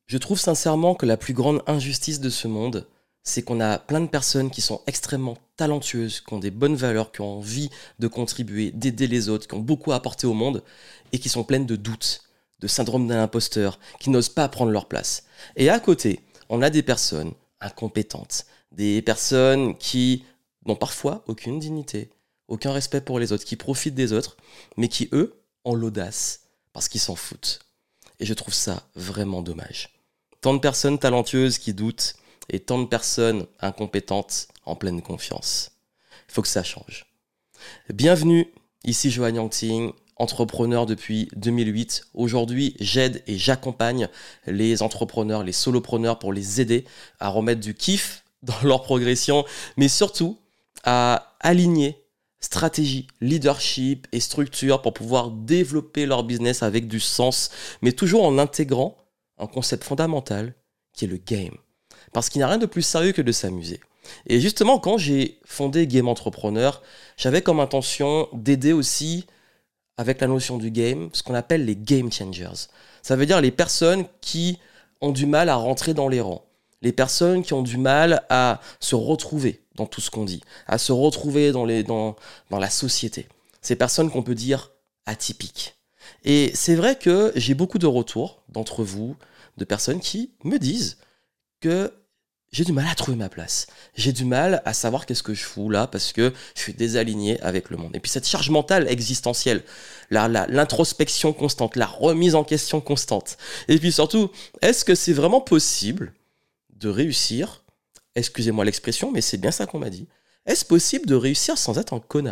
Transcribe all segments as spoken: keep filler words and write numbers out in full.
Je trouve sincèrement que la plus grande injustice de ce monde, c'est qu'on a plein de personnes qui sont extrêmement talentueuses, qui ont des bonnes valeurs, qui ont envie de contribuer, d'aider les autres, qui ont beaucoup à apporter au monde, et qui sont pleines de doutes, de syndrome d'un imposteur, qui n'osent pas prendre leur place. Et à côté, on a des personnes incompétentes, des personnes qui n'ont parfois aucune dignité, aucun respect pour les autres, qui profitent des autres, mais qui, eux, ont l'audace, parce qu'ils s'en foutent. Et je trouve ça vraiment dommage. Tant de personnes talentueuses qui doutent et tant de personnes incompétentes en pleine confiance. Il faut que ça change. Bienvenue, ici Johan Yangting, entrepreneur depuis deux mille huit. Aujourd'hui, j'aide et j'accompagne les entrepreneurs, les solopreneurs pour les aider à remettre du kiff dans leur progression, mais surtout à aligner stratégie, leadership et structure pour pouvoir développer leur business avec du sens, mais toujours en intégrant un concept fondamental qui est le game. Parce qu'il n'y a rien de plus sérieux que de s'amuser. Et justement, quand j'ai fondé Game Entrepreneur, j'avais comme intention d'aider aussi, avec la notion du game, ce qu'on appelle les game changers. Ça veut dire les personnes qui ont du mal à rentrer dans les rangs. Les personnes qui ont du mal à se retrouver dans tout ce qu'on dit, à se retrouver dans, les, dans, dans la société. Ces personnes qu'on peut dire atypiques. Et c'est vrai que j'ai beaucoup de retours d'entre vous, de personnes qui me disent que j'ai du mal à trouver ma place. J'ai du mal à savoir qu'est-ce que je fous là parce que je suis désaligné avec le monde. Et puis cette charge mentale existentielle, la, la, l'introspection constante, la remise en question constante. Et puis surtout, est-ce que c'est vraiment possible de réussir, excusez-moi l'expression, mais c'est bien ça qu'on m'a dit, est-ce possible de réussir sans être un connard ?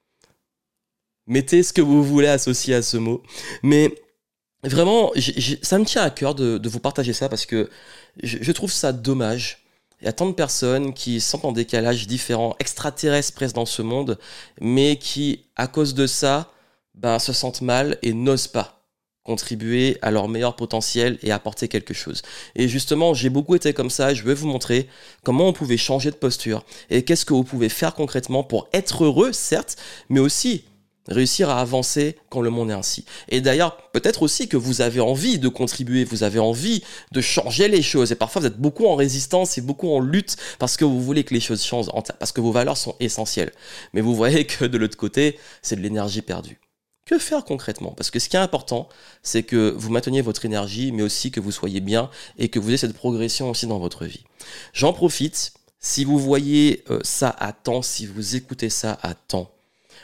Mettez ce que vous voulez associer à ce mot. Mais vraiment, j'ai, j'ai, ça me tient à cœur de, de vous partager ça parce que je, je trouve ça dommage. Il y a tant de personnes qui sont en décalage différent, extraterrestres presque dans ce monde, mais qui, à cause de ça, ben, se sentent mal et n'osent pas contribuer à leur meilleur potentiel et apporter quelque chose. Et justement, j'ai beaucoup été comme ça, je vais vous montrer comment on pouvait changer de posture et qu'est-ce que vous pouvez faire concrètement pour être heureux, certes, mais aussi réussir à avancer quand le monde est ainsi. Et d'ailleurs, peut-être aussi que vous avez envie de contribuer, vous avez envie de changer les choses. Et parfois, vous êtes beaucoup en résistance et beaucoup en lutte parce que vous voulez que les choses changent, parce que vos valeurs sont essentielles. Mais vous voyez que de l'autre côté, c'est de l'énergie perdue. Que faire concrètement ? Parce que ce qui est important, c'est que vous mainteniez votre énergie, mais aussi que vous soyez bien et que vous ayez cette progression aussi dans votre vie. J'en profite, si vous voyez euh, ça à temps, si vous écoutez ça à temps,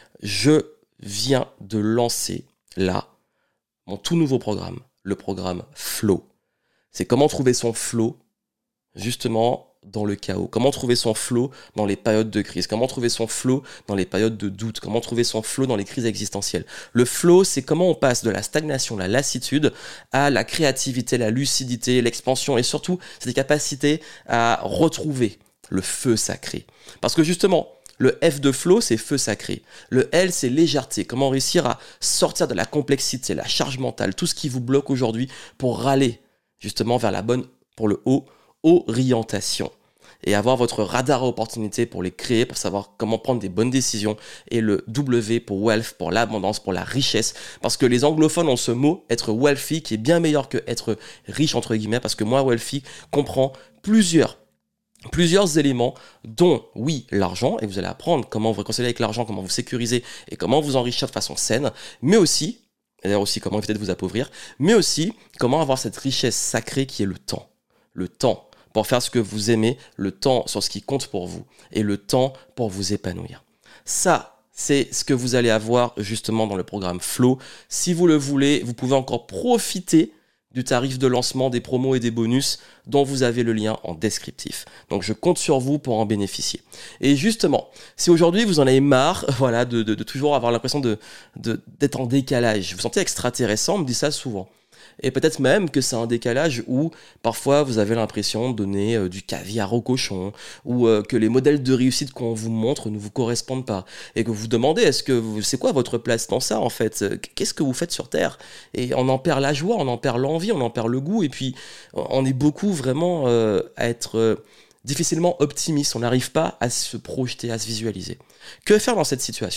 je viens de lancer là mon tout nouveau programme, le programme Flow. C'est comment trouver son flow justement dans le chaos, comment trouver son flow dans les périodes de crise, comment trouver son flow dans les périodes de doute, comment trouver son flow dans les crises existentielles. Le flow, c'est comment on passe de la stagnation, la lassitude, à la créativité, la lucidité, l'expansion et surtout cette capacité à retrouver le feu sacré. Parce que justement, le F de flow, c'est feu sacré. Le L, c'est légèreté. Comment réussir à sortir de la complexité, la charge mentale, tout ce qui vous bloque aujourd'hui pour râler justement vers la bonne, pour le haut, orientation. Et avoir votre radar à opportunités pour les créer, pour savoir comment prendre des bonnes décisions. Et le W pour wealth, pour l'abondance, pour la richesse. Parce que les anglophones ont ce mot, être wealthy, qui est bien meilleur que être riche, entre guillemets. Parce que moi, wealthy comprend plusieurs Plusieurs éléments, dont, oui, l'argent, et vous allez apprendre comment vous réconcilier avec l'argent, comment vous sécuriser et comment vous enrichir de façon saine, mais aussi, et d'ailleurs aussi comment éviter de vous appauvrir, mais aussi comment avoir cette richesse sacrée qui est le temps. Le temps pour faire ce que vous aimez, le temps sur ce qui compte pour vous, et le temps pour vous épanouir. Ça, c'est ce que vous allez avoir justement dans le programme Flow. Si vous le voulez, vous pouvez encore profiter du tarif de lancement, des promos et des bonus dont vous avez le lien en descriptif. Donc je compte sur vous pour en bénéficier. Et justement, si aujourd'hui vous en avez marre, voilà, de, de, de toujours avoir l'impression de, de, d'être en décalage, vous vous sentez extraterrestre, on me dit ça souvent. Et peut-être même que c'est un décalage où parfois vous avez l'impression de donner euh, du caviar au cochon ou euh, que les modèles de réussite qu'on vous montre ne vous correspondent pas et que vous vous demandez est-ce que vous, c'est quoi votre place dans ça en fait ? Qu'est-ce que vous faites sur Terre ? Et on en perd la joie, on en perd l'envie, on en perd le goût et puis on est beaucoup vraiment euh, à être euh, difficilement optimiste, on n'arrive pas à se projeter, à se visualiser. Que faire dans cette situation ?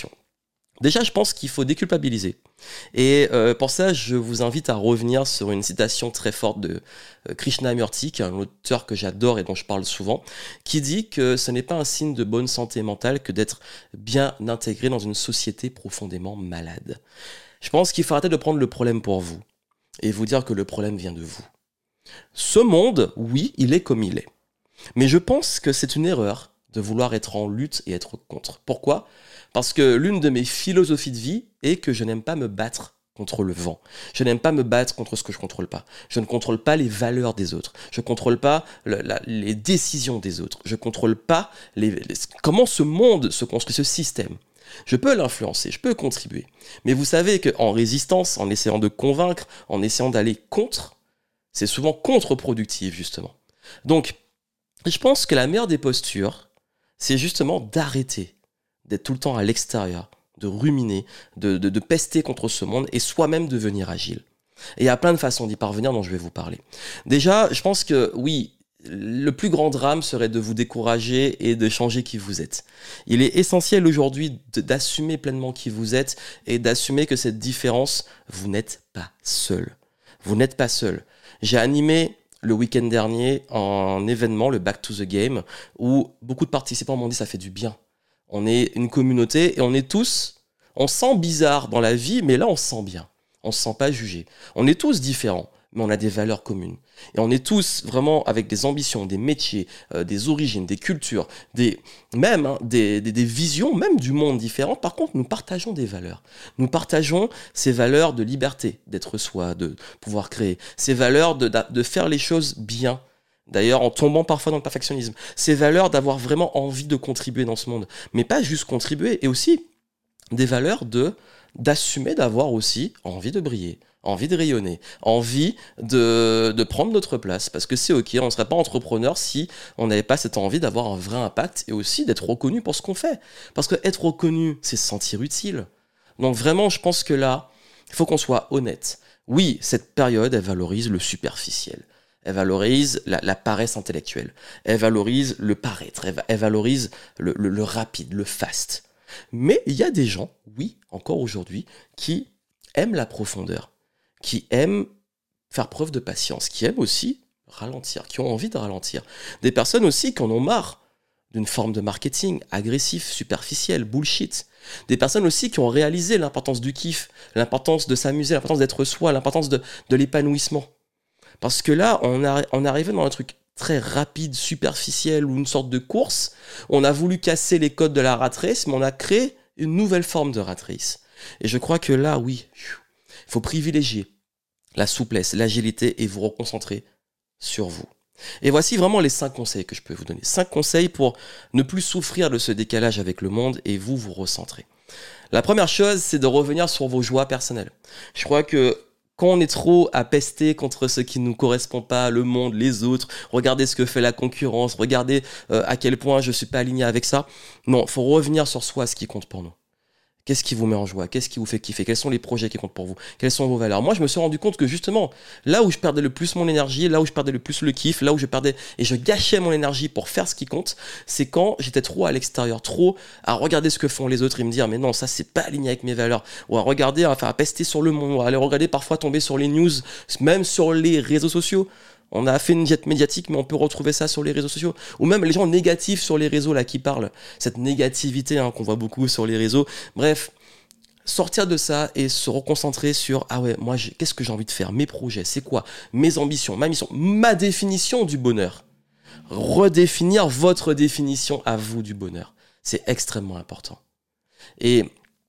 Déjà, je pense qu'il faut déculpabiliser. Et euh, pour ça, je vous invite à revenir sur une citation très forte de euh, Krishnamurti, qui est un auteur que j'adore et dont je parle souvent, qui dit que ce n'est pas un signe de bonne santé mentale que d'être bien intégré dans une société profondément malade. Je pense qu'il faut arrêter de prendre le problème pour vous et vous dire que le problème vient de vous. Ce monde, oui, il est comme il est. Mais je pense que c'est une erreur de vouloir être en lutte et être contre. Pourquoi ? Parce que l'une de mes philosophies de vie est que je n'aime pas me battre contre le vent. Je n'aime pas me battre contre ce que je ne contrôle pas. Je ne contrôle pas les valeurs des autres. Je ne contrôle pas le, la, les décisions des autres. Je ne contrôle pas les, les, comment ce monde se construit, ce système. Je peux l'influencer, je peux contribuer. Mais vous savez qu'en résistance, en essayant de convaincre, en essayant d'aller contre, c'est souvent contre-productif, justement. Donc, je pense que la meilleure des postures, c'est justement d'arrêter d'être tout le temps à l'extérieur, de ruminer, de, de, de pester contre ce monde et soi-même devenir agile. Et il y a plein de façons d'y parvenir dont je vais vous parler. Déjà, je pense que oui, le plus grand drame serait de vous décourager et de changer qui vous êtes. Il est essentiel aujourd'hui de, d'assumer pleinement qui vous êtes et d'assumer que cette différence, vous n'êtes pas seul. Vous n'êtes pas seul. J'ai animé le week-end dernier un événement, le Back to the Game, où beaucoup de participants m'ont dit ça fait du bien. On est une communauté et on est tous, on se sent bizarre dans la vie, mais là on se sent bien. On se sent pas jugé. On est tous différents, mais on a des valeurs communes. Et on est tous vraiment avec des ambitions, des métiers, euh, des origines, des cultures, des, même hein, des, des, des visions, même du monde différentes. Par contre, nous partageons des valeurs. Nous partageons ces valeurs de liberté, d'être soi, de pouvoir créer. Ces valeurs de, de faire les choses bien. D'ailleurs, en tombant parfois dans le perfectionnisme. Ces valeurs d'avoir vraiment envie de contribuer dans ce monde. Mais pas juste contribuer, et aussi des valeurs de, d'assumer d'avoir aussi envie de briller, envie de rayonner, envie de, de prendre notre place. Parce que c'est ok, on ne serait pas entrepreneur si on n'avait pas cette envie d'avoir un vrai impact et aussi d'être reconnu pour ce qu'on fait. Parce que être reconnu, c'est se sentir utile. Donc vraiment, je pense que là, il faut qu'on soit honnête. Oui, cette période, elle valorise le superficiel. Elle valorise la, la paresse intellectuelle. Elle valorise le paraître. Elle, elle valorise le, le, le rapide, le fast. Mais il y a des gens, oui, encore aujourd'hui, qui aiment la profondeur, qui aiment faire preuve de patience, qui aiment aussi ralentir, qui ont envie de ralentir. Des personnes aussi qui en ont marre d'une forme de marketing agressif, superficiel, bullshit. Des personnes aussi qui ont réalisé l'importance du kiff, l'importance de s'amuser, l'importance d'être soi, l'importance de, de l'épanouissement. Parce que là, on, a, on est arrivé dans un truc très rapide, superficiel ou une sorte de course. On a voulu casser les codes de la rat race, mais on a créé une nouvelle forme de rat race. Et je crois que là, oui, il faut privilégier la souplesse, l'agilité et vous reconcentrer sur vous. Et voici vraiment les cinq conseils que je peux vous donner. Cinq conseils pour ne plus souffrir de ce décalage avec le monde et vous vous recentrer. La première chose, c'est de revenir sur vos joies personnelles. Je crois que quand on est trop à pester contre ce qui ne nous correspond pas, le monde, les autres, regardez ce que fait la concurrence, regardez euh, à quel point je ne suis pas aligné avec ça. Non, il faut revenir sur soi, ce qui compte pour nous. Qu'est-ce qui vous met en joie? Qu'est-ce qui vous fait kiffer? Quels sont les projets qui comptent pour vous? Quelles sont vos valeurs? Moi, je me suis rendu compte que justement, là où je perdais le plus mon énergie, là où je perdais le plus le kiff, là où je perdais et je gâchais mon énergie pour faire ce qui compte, c'est quand j'étais trop à l'extérieur, trop à regarder ce que font les autres et me dire mais non, ça c'est pas aligné avec mes valeurs. Ou à regarder, enfin à pester sur le monde, ou à aller regarder parfois tomber sur les news, même sur les réseaux sociaux. On a fait une diète médiatique, mais on peut retrouver ça sur les réseaux sociaux. Ou même les gens négatifs sur les réseaux là qui parlent. Cette négativité hein, qu'on voit beaucoup sur les réseaux. Bref, sortir de ça et se reconcentrer sur ah ouais, moi j'ai, qu'est-ce que j'ai envie de faire? Mes projets, c'est quoi? Mes ambitions, ma mission, ma définition du bonheur. Redéfinir votre définition à vous du bonheur. C'est extrêmement important. Et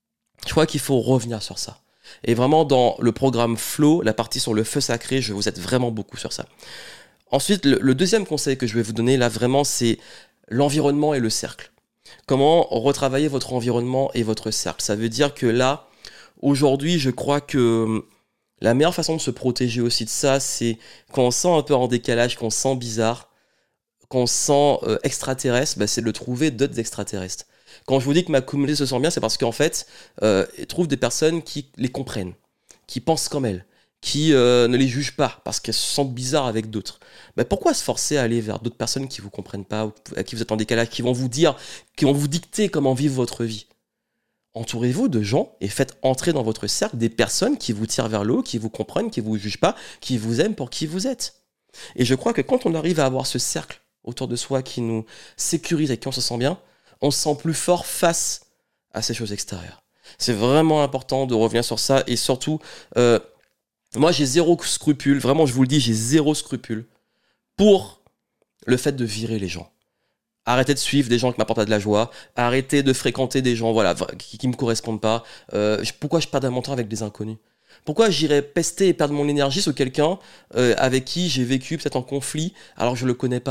je crois qu'il faut revenir sur ça. Et vraiment, dans le programme Flow, la partie sur le feu sacré, je vous aide vraiment beaucoup sur ça. Ensuite, le, le deuxième conseil que je vais vous donner, là, vraiment, c'est l'environnement et le cercle. Comment retravailler votre environnement et votre cercle. Ça veut dire que là, aujourd'hui, je crois que la meilleure façon de se protéger aussi de ça, c'est quand on se sent un peu en décalage, quand on se sent bizarre, quand on se sent euh, extraterrestre, bah, c'est de trouver d'autres extraterrestres. Quand je vous dis que ma communauté se sent bien, c'est parce qu'en fait, euh, elle trouve des personnes qui les comprennent, qui pensent comme elles, qui euh, ne les jugent pas parce qu'elles se sentent bizarres avec d'autres. Ben pourquoi se forcer à aller vers d'autres personnes qui ne vous comprennent pas, ou à qui vous êtes en décalage, qui vont vous dire, qui vont vous dicter comment vivre votre vie? Entourez-vous de gens et faites entrer dans votre cercle des personnes qui vous tirent vers le haut, qui vous comprennent, qui ne vous jugent pas, qui vous aiment pour qui vous êtes. Et je crois que quand on arrive à avoir ce cercle autour de soi qui nous sécurise et qui on se sent bien, on se sent plus fort face à ces choses extérieures. C'est vraiment important de revenir sur ça et surtout, euh, moi j'ai zéro scrupule, vraiment je vous le dis, j'ai zéro scrupule pour le fait de virer les gens. Arrêtez de suivre des gens qui m'apportent de la joie. Arrêtez de fréquenter des gens voilà, qui ne me correspondent pas. Euh, pourquoi je perds mon temps avec des inconnus ? Pourquoi j'irais pester et perdre mon énergie sur quelqu'un euh, avec qui j'ai vécu peut-être en conflit alors que je ne le connais pas ?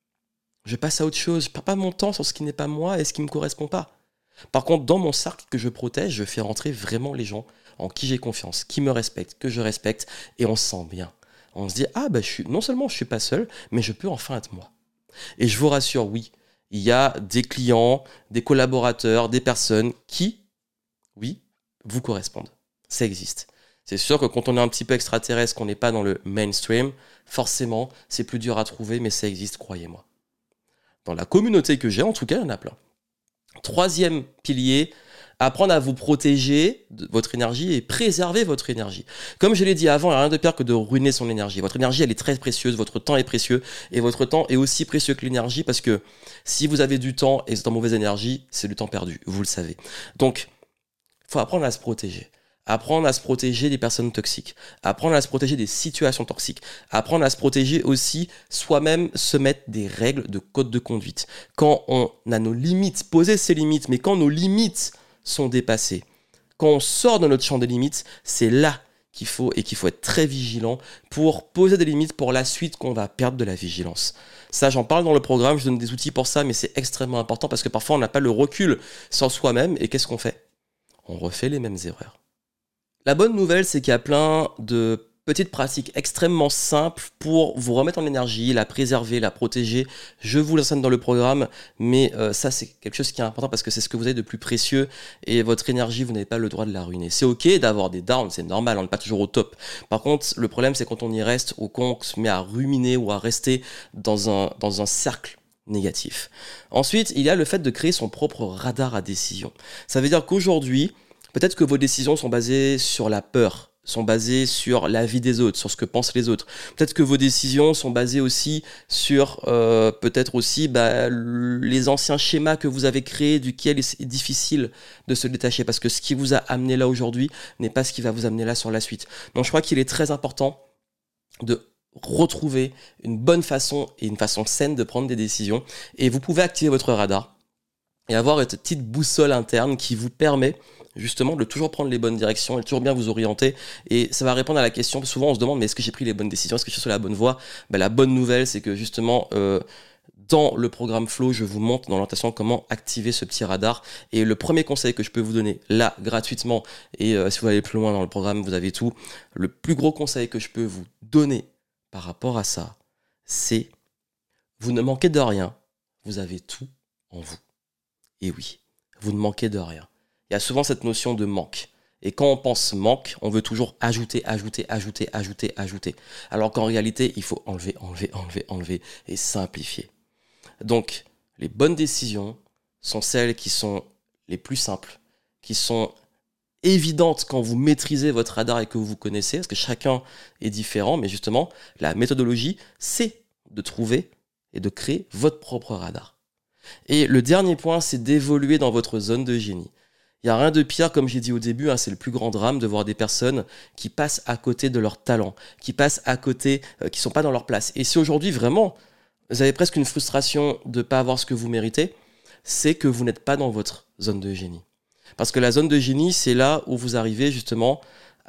Je passe à autre chose. Je ne perds pas mon temps sur ce qui n'est pas moi et ce qui ne me correspond pas. Par contre, dans mon cercle que je protège, je fais rentrer vraiment les gens en qui j'ai confiance, qui me respectent, que je respecte, et on se sent bien. On se dit, ah bah, je suis, non seulement je ne suis pas seul, mais je peux enfin être moi. Et je vous rassure, oui, il y a des clients, des collaborateurs, des personnes qui, oui, vous correspondent. Ça existe. C'est sûr que quand on est un petit peu extraterrestre, qu'on n'est pas dans le mainstream, forcément, c'est plus dur à trouver, mais ça existe, croyez-moi. Dans la communauté que j'ai, en tout cas, il y en a plein. Troisième pilier, apprendre à vous protéger de votre énergie et préserver votre énergie. Comme je l'ai dit avant, il n'y a rien de pire que de ruiner son énergie. Votre énergie, elle est très précieuse, votre temps est précieux, et votre temps est aussi précieux que l'énergie, parce que si vous avez du temps et vous êtes en mauvaise énergie, c'est du temps perdu, vous le savez. Donc, il faut apprendre à se protéger. Apprendre à se protéger des personnes toxiques, apprendre à se protéger des situations toxiques, apprendre à se protéger aussi soi-même, se mettre des règles de code de conduite. Quand on a nos limites, poser ses limites, mais quand nos limites sont dépassées, quand on sort de notre champ des limites, c'est là qu'il faut et qu'il faut être très vigilant pour poser des limites pour la suite qu'on va perdre de la vigilance. Ça, j'en parle dans le programme, je donne des outils pour ça, mais c'est extrêmement important parce que parfois on n'a pas le recul sur soi-même et qu'est-ce qu'on fait ? On refait les mêmes erreurs. La bonne nouvelle, c'est qu'il y a plein de petites pratiques extrêmement simples pour vous remettre en énergie, la préserver, la protéger. Je vous l'enseigne dans le programme, mais euh, ça, c'est quelque chose qui est important parce que c'est ce que vous avez de plus précieux et votre énergie, vous n'avez pas le droit de la ruiner. C'est ok d'avoir des downs, c'est normal, on n'est pas toujours au top. Par contre, le problème, c'est quand on y reste ou qu'on se met à ruminer ou à rester dans un, dans un cercle négatif. Ensuite, il y a le fait de créer son propre radar à décision. Ça veut dire qu'aujourd'hui, peut-être que vos décisions sont basées sur la peur, sont basées sur l'avis des autres, sur ce que pensent les autres. Peut-être que vos décisions sont basées aussi sur euh, peut-être aussi bah, les anciens schémas que vous avez créés, duquel c'est difficile de se détacher, parce que ce qui vous a amené là aujourd'hui n'est pas ce qui va vous amener là sur la suite. Donc je crois qu'il est très important de retrouver une bonne façon et une façon saine de prendre des décisions. Et vous pouvez activer votre radar et avoir une petite boussole interne qui vous permet justement de toujours prendre les bonnes directions et de toujours bien vous orienter. Et ça va répondre à la question, souvent on se demande mais est-ce que j'ai pris les bonnes décisions, est-ce que je suis sur la bonne voie? Ben, la bonne nouvelle, c'est que justement euh, dans le programme Flow, je vous montre dans l'orientation comment activer ce petit radar. Et le premier conseil que je peux vous donner là gratuitement, et euh, si vous allez plus loin dans le programme, vous avez tout, le plus gros conseil que je peux vous donner par rapport à ça, c'est vous ne manquez de rien, vous avez tout en vous. Et oui, vous ne manquez de rien. Il y a souvent cette notion de manque. Et quand on pense manque, on veut toujours ajouter, ajouter, ajouter, ajouter, ajouter. Alors qu'en réalité, il faut enlever, enlever, enlever, enlever et simplifier. Donc, les bonnes décisions sont celles qui sont les plus simples, qui sont évidentes quand vous maîtrisez votre radar et que vous vous connaissez, parce que chacun est différent, mais justement, la méthodologie, c'est de trouver et de créer votre propre radar. Et le dernier point, c'est d'évoluer dans votre zone de génie. Il n'y a rien de pire, comme j'ai dit au début, hein, c'est le plus grand drame de voir des personnes qui passent à côté de leur talent, qui passent à côté, euh, qui ne sont pas dans leur place. Et si aujourd'hui, vraiment, vous avez presque une frustration de ne pas avoir ce que vous méritez, c'est que vous n'êtes pas dans votre zone de génie. Parce que la zone de génie, c'est là où vous arrivez justement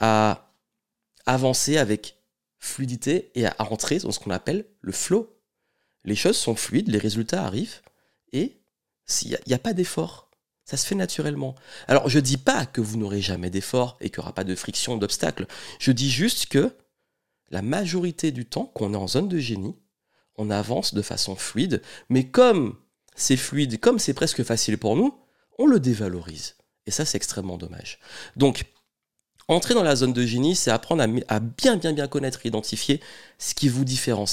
à avancer avec fluidité et à rentrer dans ce qu'on appelle le flow. Les choses sont fluides, les résultats arrivent et il n'y a, a pas d'effort. Ça se fait naturellement. Alors, je ne dis pas que vous n'aurez jamais d'effort et qu'il n'y aura pas de friction, d'obstacles. Je dis juste que la majorité du temps qu'on est en zone de génie, on avance de façon fluide, mais comme c'est fluide, comme c'est presque facile pour nous, on le dévalorise. Et ça, c'est extrêmement dommage. Donc, entrer dans la zone de génie, c'est apprendre à, à bien, bien, bien connaître et identifier ce qui vous différencie.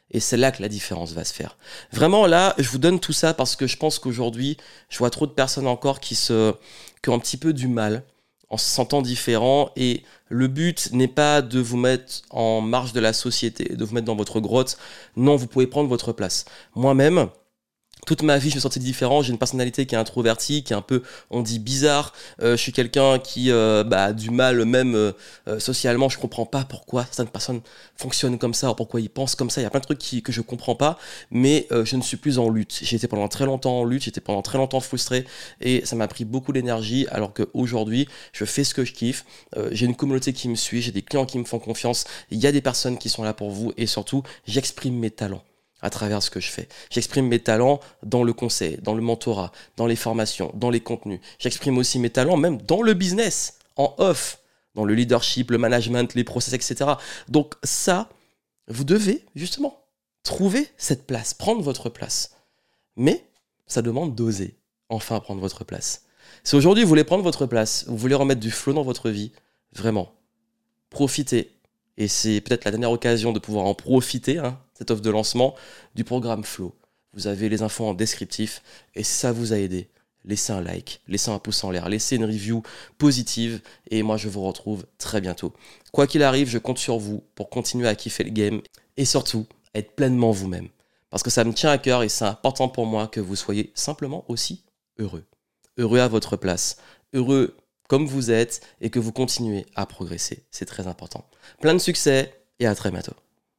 Et c'est là que la différence va se faire. Vraiment, là, je vous donne tout ça parce que je pense qu'aujourd'hui, je vois trop de personnes encore qui, se, qui ont un petit peu du mal en se sentant différents. Et le but n'est pas de vous mettre en marge de la société, de vous mettre dans votre grotte. Non, vous pouvez prendre votre place. Moi-même, toute ma vie, je me sentais différent. J'ai une personnalité qui est introvertie, qui est un peu, on dit, bizarre. Euh, je suis quelqu'un qui euh, bah, a du mal, même euh, euh, socialement. Je comprends pas pourquoi certaines personnes fonctionnent comme ça, ou pourquoi ils pensent comme ça. Il y a plein de trucs qui, que je comprends pas, mais euh, je ne suis plus en lutte. J'ai été pendant très longtemps en lutte, j'étais pendant très longtemps frustré, et ça m'a pris beaucoup d'énergie, alors qu'aujourd'hui, je fais ce que je kiffe. Euh, j'ai une communauté qui me suit, j'ai des clients qui me font confiance. Il y a des personnes qui sont là pour vous, et surtout, j'exprime mes talents à travers ce que je fais. J'exprime mes talents dans le conseil, dans le mentorat, dans les formations, dans les contenus. J'exprime aussi mes talents même dans le business, en off, dans le leadership, le management, les process, et cetera. Donc ça, vous devez justement trouver cette place, prendre votre place. Mais ça demande d'oser enfin prendre votre place. Si aujourd'hui vous voulez prendre votre place, vous voulez remettre du flow dans votre vie, vraiment, profitez. Et c'est peut-être la dernière occasion de pouvoir en profiter, hein, cette offre de lancement du programme Flow. Vous avez les infos en descriptif et si ça vous a aidé, laissez un like, laissez un pouce en l'air, laissez une review positive et moi je vous retrouve très bientôt. Quoi qu'il arrive, je compte sur vous pour continuer à kiffer le game et surtout être pleinement vous-même. Parce que ça me tient à cœur et c'est important pour moi que vous soyez simplement aussi heureux. Heureux à votre place, heureux comme vous êtes et que vous continuez à progresser. C'est très important. Plein de succès et à très bientôt.